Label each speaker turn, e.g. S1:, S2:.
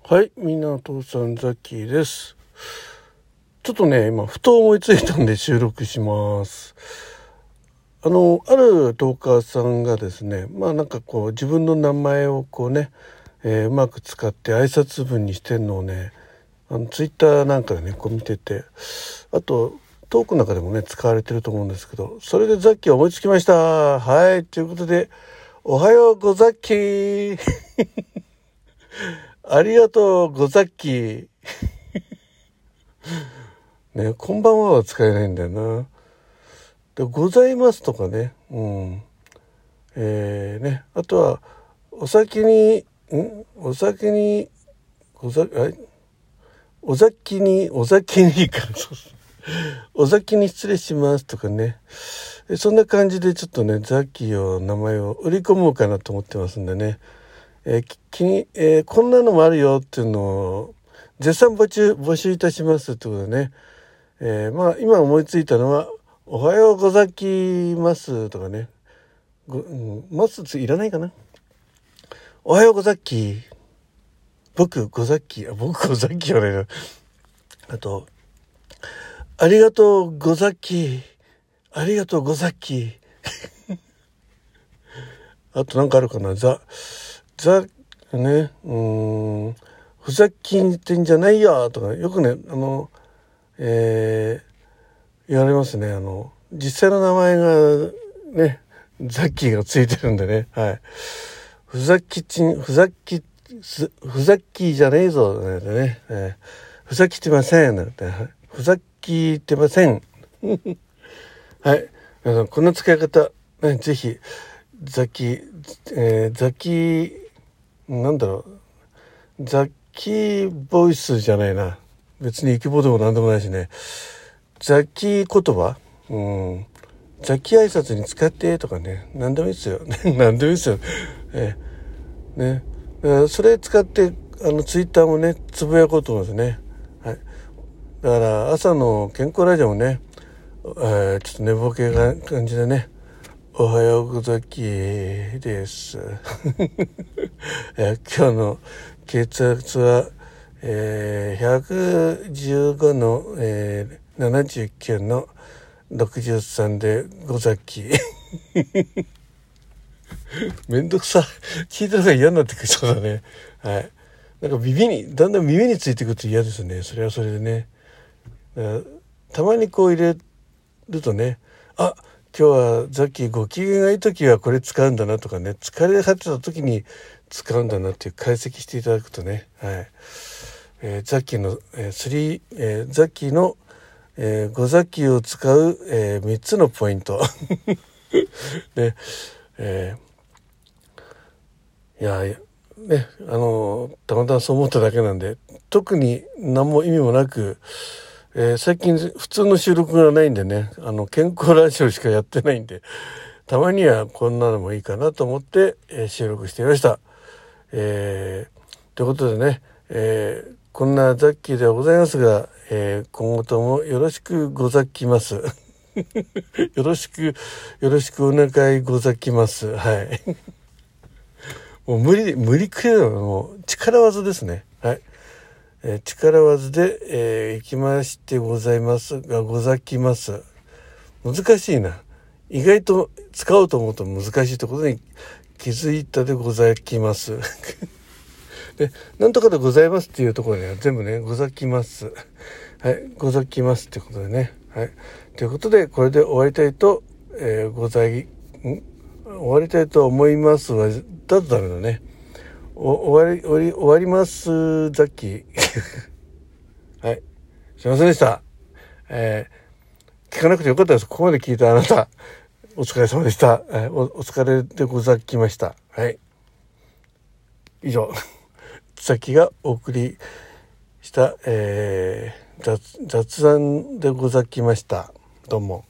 S1: はい、みんなお父さんザッキーです。ちょっとね、今ふと思いついたんで収録します。あるトーカーさんがですね、なんかこう自分の名前をこうね、うまく使って挨拶文にしてんのをね、ツイッターなんかでねこう見てて、あとトークの中でもね使われてると思うんですけど、それでザッキー思いつきました。はい、ということで、おはようござっきーありがとうござっきーね、こんばんはは使えないんだよな。で、ございますとかね、あとはお先にお先におざきにかお先に失礼しますとかね、そんな感じでちょっとねザッキーを名前を売り込もうかなと思ってますんでね、こんなのもあるよっていうのを絶賛募集いたしますってことでね、今思いついたのはおはようござきますとかね、ますいらないかな。おはようござっき、僕ござっきはね、あとありがとうござっき、ありがとうござっきあとなんかあるかな。ね、ふざけてんじゃないよとかよくね言われますね。実際の名前がねザッキーがついてるんでね、はい、ふざっきじゃねえぞなんてね、ふざきてませんなんて、ふざきてませんはい、皆さんこんな使い方ね、ぜひザキなんだろう、ザキーボイスじゃないな、別にイケボでもなんでもないしね、ザキ言葉、ザキ挨拶に使ってとかね、なんでもいいですよなんでもいいですよ、ね、それ使ってツイッターもねつぶやこうと思うんですね。はい、だから朝の健康ラジオもね、ちょっと寝ぼけな感じでね、おはようござきです、今日の血圧は、115の、79の63でござきめんどくさ、聞いてる方が嫌になってくるそうだね。はい、なんかだんだん耳についてくると嫌ですね。それはそれでね、たまにこう入れるとね、あ、今日はザッキーご機嫌がいい時はこれ使うんだなとかね、疲れ果てた時に使うんだなっていう解析していただくとね、はい、ザッキーの、ザッキーの、ごザッキーを使う、3つのポイントね、いやね、たまたまそう思っただけなんで、特に何も意味もなく、最近普通の収録がないんでね、健康ラジオしかやってないんで、たまにはこんなのもいいかなと思って、収録していました。ということでね、こんなザッキーではございますが、今後ともよろしくござきますよろしくお願いござきます。はいもう無理くりなの、もう力技ですね。はい、力技で、行きましてございますがござきます。難しいな。意外と使おうと思うと難しいところに気づいたでござきますで、なんとかでございますっていうところには全部ねござきます。はい、ござきますってことでね、はい、ということでこれで終わりたいと、終わりたいと思いますはだとダメだね。終わりますザッキーはいすいませんでした。聞かなくてよかったです。ここまで聞いたあなたお疲れ様でした。お疲れでござきました。はい、以上ザッキーがお送りした、雑談でござきました。どうも。